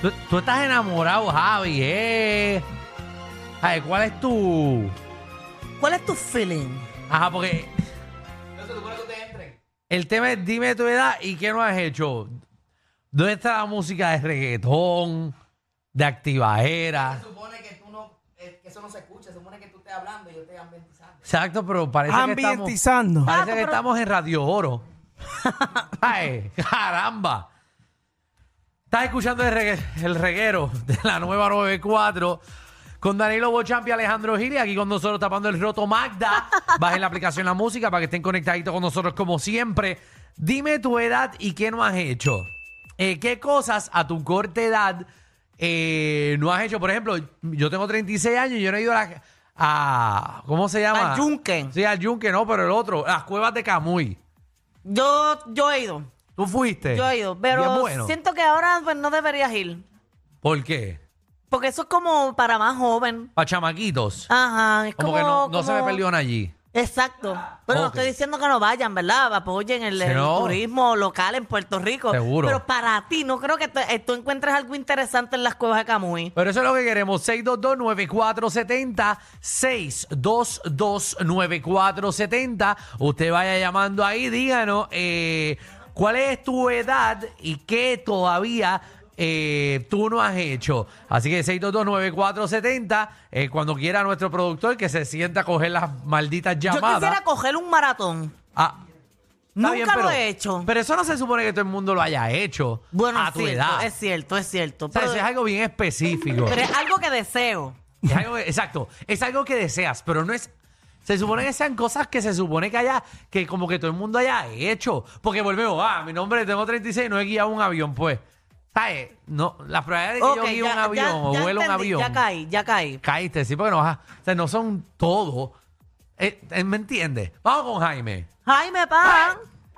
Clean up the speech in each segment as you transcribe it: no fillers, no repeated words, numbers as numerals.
Tú estás enamorado, Javi, Ay, ¿cuál es tu...? ¿Cuál es tu feeling? Ajá, porque... El tema es dime tu edad y qué no has hecho. ¿Dónde está la música de reggaetón, de activajera? Se supone que tú no, que eso no se escucha, se supone que tú estés hablando y yo esté ambientizando. Exacto, pero parece Ambientizando. que estamos en Radio Oro. Ay, caramba. Estás escuchando el reguero de la nueva 94 con Danilo Bochamp y Alejandro Gil, y aquí con nosotros tapando el roto Magda. Bajen la aplicación La Música para que estén conectaditos con nosotros como siempre. Dime tu edad y qué no has hecho. ¿Qué cosas a tu corta edad no has hecho? Por ejemplo, yo tengo 36 años y yo no he ido a ¿cómo se llama? Al Yunque. Sí, al Yunque, no, pero el otro, las cuevas de Camuy. Yo he ido. ¿Tú fuiste? Yo he ido. Y es Pero bueno. siento que ahora pues, no deberías ir. ¿Por qué? Porque eso es como para más joven. Para chamaquitos. Ajá. Es Como como, que no se me como- perdió allí. Exacto. Pero no Ok. estoy diciendo que no vayan, ¿verdad? Apoyen el No. turismo local en Puerto Rico. Seguro. Pero para ti, no creo que tú encuentres algo interesante en las cuevas de Camuy. Pero eso es lo que queremos. 622-9470. 622-9470. Usted vaya llamando ahí. Díganos cuál es tu edad y qué todavía tú no has hecho. Así que 622-9470. Cuando quiera nuestro productor que se sienta a coger las malditas Yo llamadas. quisiera coger un maratón. Ah, está Nunca bien, lo he hecho. Pero eso no se supone que todo el mundo lo haya hecho Bueno, a es tu cierto, edad. es cierto, es cierto. O sea, eso es algo bien específico. Pero es algo que deseo. Es algo exacto, es algo que deseas, pero no es... Se supone que sean cosas que se supone que como que todo el mundo haya hecho. Porque volvemos, mi nombre, tengo 36, no he guiado un avión, pues. ¿Sabes? No, la probabilidad de que yo Ok, guíe un avión o vuelo un entendí, avión. Ya caí. Caíste, sí, porque no vas o sea, no son todos. ¿Me entiendes? Vamos con Jaime. Jaime Pan.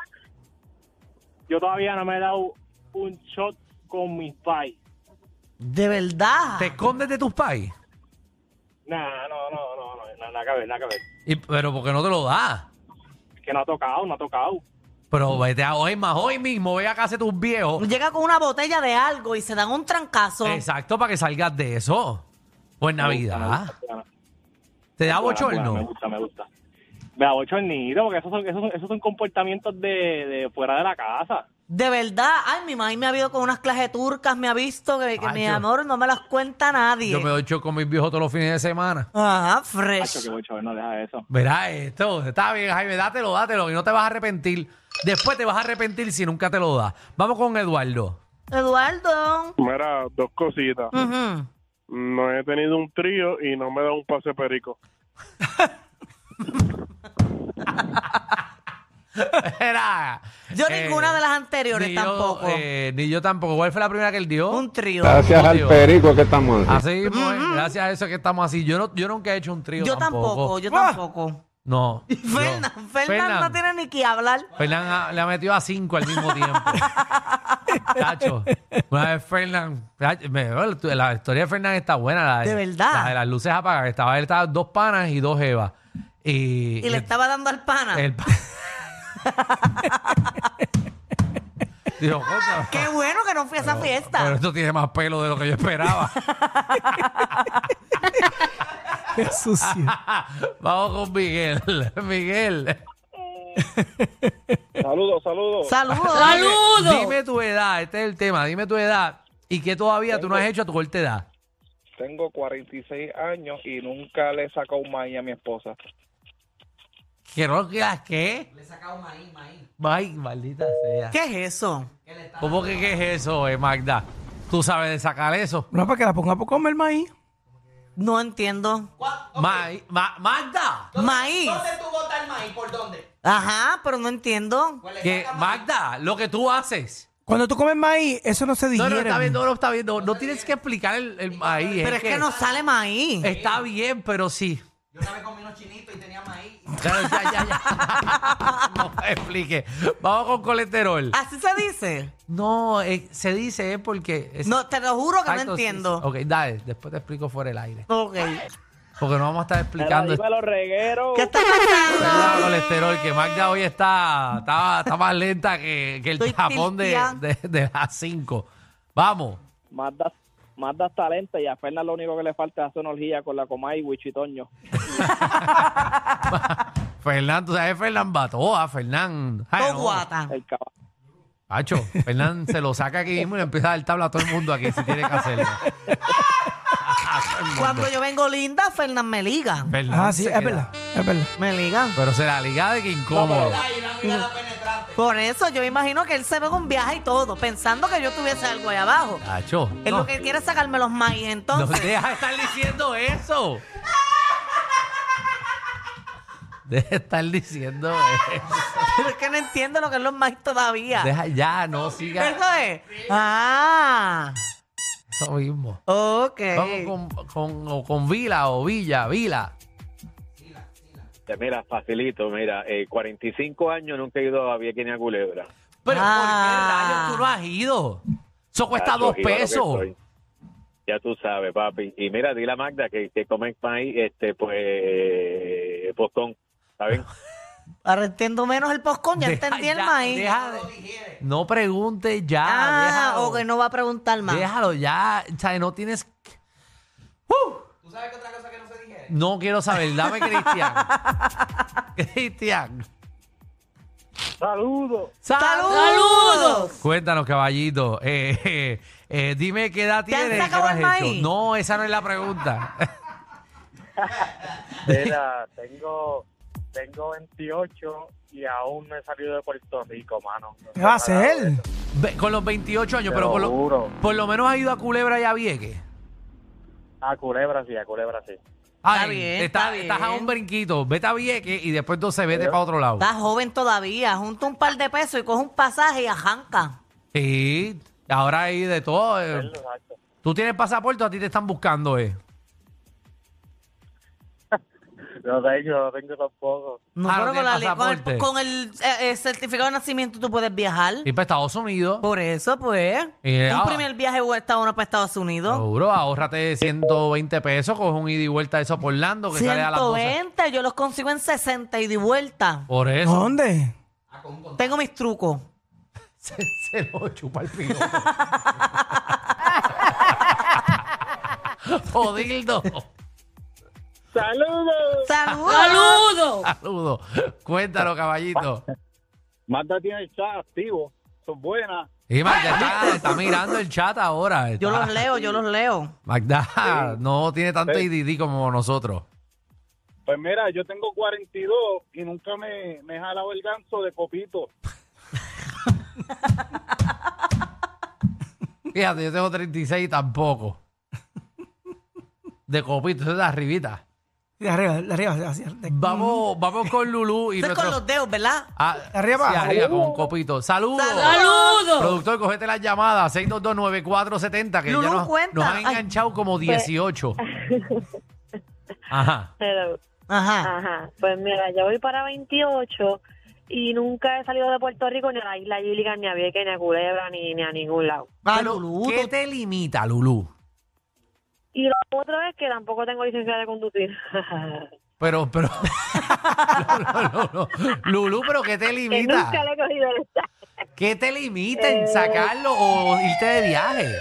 Yo todavía no me he dado un shot con mis pais. De verdad. ¿Te escondes de tus pais? Nah, no, nada que ver, nada que ver. Pero ¿por qué no te lo das? Es que no ha tocado. Pero vete a hoy más, hoy mismo, ve a casa de tus viejos. Llega con una botella de algo y se dan un trancazo. Exacto, para que salgas de eso. Pues Navidad. ¿Te da bochorno? Me gusta. Me da bochornito porque esos son comportamientos de fuera de la casa. De verdad. Ay, mi mamá me ha visto con unas clases turcas, me ha visto que mi Acho. amor no me las cuenta nadie. Yo me doy show con mis viejos todos los fines de semana. Ajá, Hacho, fresh. qué bochorno, deja eso. Verá esto, está bien, Jaime, dátelo y no te vas a arrepentir. Después te vas a arrepentir si nunca te lo das. Vamos con Eduardo. Eduardo. Mira, dos cositas. Ujú. No he tenido un trío y no me da un pase perico. Era, Yo ninguna de las anteriores ni tampoco. Ni yo tampoco. ¿Cuál fue la primera que él dio? Un trío. Gracias al perico que estamos Así mismo es, gracias a eso que estamos así. Yo nunca he hecho un trío Yo tampoco. tampoco. No. Fernan no tiene ni que hablar. Fernan le ha metido a 5 al mismo tiempo. Chacho. Una vez Fernan... La historia de Fernan está buena. ¿De verdad? La de las luces apagadas. Él estaba 2 panas y 2 jevas. Y le estaba dando al pana. Dijo, "Coño, Qué bueno que no fui a esa fiesta. pero esto tiene más pelo de lo que yo esperaba." Qué sucio. Vamos con Miguel. Miguel. Saludos. ¡Saludos! Dime tu edad. Este es el tema. Dime tu edad. ¿Y qué todavía tú no has hecho a tu corta edad? Tengo 46 años y nunca le he sacado un maíz a mi esposa. ¿Qué? Le he sacado maíz. Ay, maldita sea. ¿Qué es eso? ¿Cómo que qué es eso, Magda? ¿Tú sabes de sacar eso? No, para que la ponga a comer maíz. No entiendo. Magda. Maíz. ¿Dónde tú botas el maíz? ¿Por dónde? Ajá, pero no entiendo. Pues le Que, sacas maíz. Magda, lo que tú haces. Cuando tú comes maíz, eso no se No, digiere. no, está bien, no está bien. No tienes que explicar el maíz. Pero es que no sale maíz. Está bien, pero sí. Yo una vez comí unos chinitos y tenía maíz. Claro, ya. No me explique. Vamos con colesterol. ¿Así se dice? No, se dice porque... No, te lo juro que Exacto, no sí, entiendo. sí. Ok, dale, después te explico fuera del aire. Ok. Porque no vamos a estar explicando... Dime los regueros. ¿Qué está ¿Verdad, pasando? colesterol? Que Magda hoy está más lenta que el Estoy tapón de tilteada. las 5. Vamos. Mazda talento y a Fernan lo único que le falta es hacer una orgía con la Comay y Wichitoño. Fernán, tú sabes, Fernán Batoa, Fernán. Ay, Todo no. guata. El caballo. Hacho, Fernán se lo saca aquí mismo y le empieza a dar tabla a todo el mundo aquí si tiene que hacerlo. Cuando yo vengo linda, Fernán me liga. Fernán Ah, sí, se es queda. verdad. Es verdad. Me liga. Pero se la liga de que incómodo. Por eso yo imagino que él se ve con viaje y todo, pensando que yo tuviese algo ahí abajo. Hacho, Es no, lo que él quiere es sacarme los maíz, no entonces. deja de estar diciendo eso. Deja de estar diciendo eso. Pero es que no entiendo lo que es los maíz todavía. Deja ya, no siga Eso es. Ah, eso mismo. ok. Vamos con Vila o Villa. Mira, facilito, mira, 45 años nunca he ido a Vieques ni a Culebra. Pero ¿por Ah. qué rayos tú no has ido? Eso cuesta Tacho, 2 iba lo que pesos. soy. Ya tú sabes, papi. Y mira, dile a Magda que comen maíz, postón, ¿está bien? Ahora entiendo menos el poscón, ya Deja entendí el ya, maíz. no preguntes ya, Ah, déjalo. o que no va a preguntar más. Déjalo ya, o sea, no tienes... ¿Tú sabes qué otra cosa que no se digiere? No quiero saber, dame Cristian. Cristian. ¡Saludos! ¡Saludos! Cuéntanos, caballito. Dime qué edad ¿Te han tienes. ¿Qué sacado has el hecho? maíz? No, esa no es la pregunta. Mira, tengo 28 y aún no he salido de Puerto Rico, mano. ¿Qué va a hacer? Con los 28 años, Te pero lo juro. por lo menos has ido a Culebra y a Vieques. A Culebra sí. Ay, bien, estás está a bien. un brinquito. Vete a Vieques y después entonces vete para otro lado. Estás joven todavía. Junta un par de pesos y coge un pasaje y arranca. Sí, ahora hay de todo. Tú tienes pasaporte o a ti te están buscando, No tengo tampoco. No, Ah, pero no tiene pasaporte. con el certificado de nacimiento tú puedes viajar. Y para Estados Unidos. Por eso, pues. Y un ahora- primer viaje para Estados Unidos. Seguro, ahórrate 120 pesos, coge un ida y vuelta de eso por Orlando que sale a las 12. 120, yo los consigo en 60 y de vuelta. Por eso. ¿Dónde? Tengo mis trucos. Se lo chupa el piloto. Jodildo. ¡Saludos! ¡Saludos! Saludos. Cuéntalo, caballito. Magda tiene el chat activo. Son buenas. Y Magda está mirando el chat ahora. Yo los leo. Magda no tiene tanto IDD como nosotros. Pues mira, yo tengo 42 y nunca me he jalado el ganso de copito. Fíjate, yo tengo 36 y tampoco. De copito, eso es de arribita. De arriba, así. Vamos con Lulú y Esto es con los dedos, ¿verdad? De arriba sí, abajo. arriba con un copito. ¡Saludos! ¡Saludos! Productor, cógete las llamadas. 6229470, que Lulú, ya cuenta. nos han enganchado como 18. Ajá. Hello. Ajá. Ajá. Pues mira, yo voy para 28 y nunca he salido de Puerto Rico ni a la isla Gilligan, ni a Vieques, ni a Culebra, ni a ningún lado. Ah, Pero, Lulú, ¿qué te limita, Lulú? Y lo otro es que tampoco tengo licencia de conducir. Pero, no. Lulú, ¿pero qué te que limita? nunca le he cogido el examen. ¿Qué te limita en sacarlo o irte de viaje?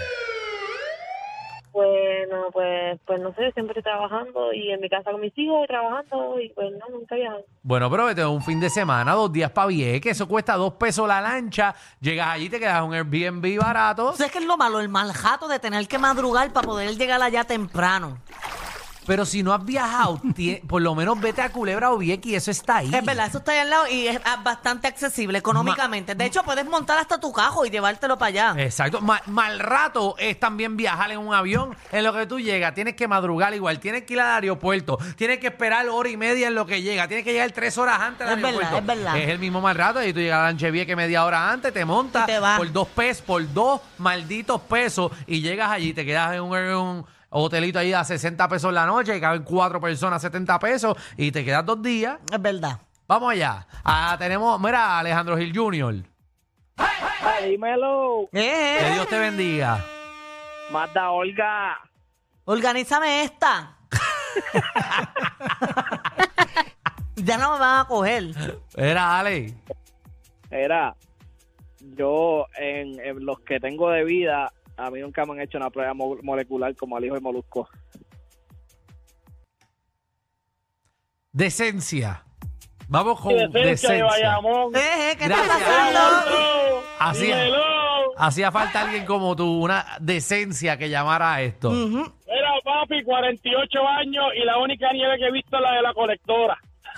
Bueno, pues no sé, siempre estoy trabajando y en mi casa con mis hijos y trabajando y pues no, nunca he viajado. Bueno, pero vete un fin de semana, 2 días para Vieques, eso cuesta 2 pesos la lancha. Llegas allí, te quedas en un Airbnb barato. ¿Sabes qué es lo malo? El mal jato de tener que madrugar para poder llegar allá temprano. Pero si no has viajado, por lo menos vete a Culebra o Vieques y eso está ahí. Es verdad, eso está ahí al lado y es bastante accesible económicamente. De hecho, puedes montar hasta tu cajo y llevártelo para allá. Exacto. Mal rato es también viajar en un avión. En lo que tú llegas, tienes que madrugar igual. Tienes que ir al aeropuerto. Tienes que esperar 1:30 en lo que llega. Tienes que llegar 3 horas antes del Es verdad, aeropuerto. es verdad. Es el mismo mal rato. Y tú llegas a Lanche Vieques media hora antes, te montas Y te vas. por 2 pesos, por 2 malditos pesos y llegas allí, te quedas en un hotelito ahí a 60 pesos la noche y caben 4 personas a 70 pesos y te quedas 2 días. Es verdad. Vamos allá. Tenemos, mira, Alejandro Gil Jr. Dímelo. Que Dios te bendiga. Magda, Olga. Organízame esta. Ya no me van a coger. Era Ale. Era, yo en los que tengo de vida, A mí nunca me han hecho una prueba molecular como al hijo de Molusco. Decencia. Vamos con De decencia. Bayamón. ¿Qué está Gracias. pasando? Hacía falta alguien como tú, una decencia que llamara a esto. Era papi, 48 años y la única nieve que he visto es la de la colectora.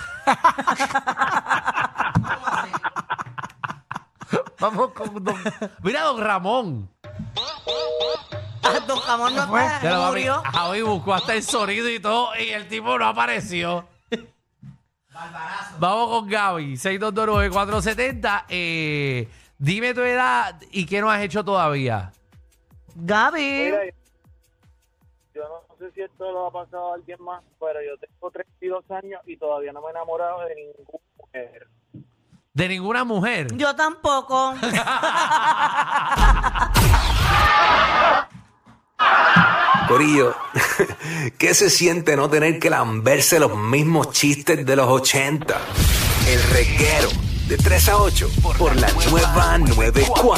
Vamos con Mira, don Ramón. Don Ramón no fue? está, Ya lo, papi, murió. hoy buscó hasta el sonido y todo y el tipo no apareció. Vamos con Gaby, 6229470. Dime tu edad y qué no has hecho todavía. Gaby. Mira, yo no sé si esto lo ha pasado a alguien más, pero yo tengo 32 años y todavía no me he enamorado de ninguna mujer. ¿De ninguna mujer? Yo tampoco. Corillo, ¿qué se siente no tener que lamberse los mismos chistes de los 80? El reguero de 3 a 8 por la nueva 94.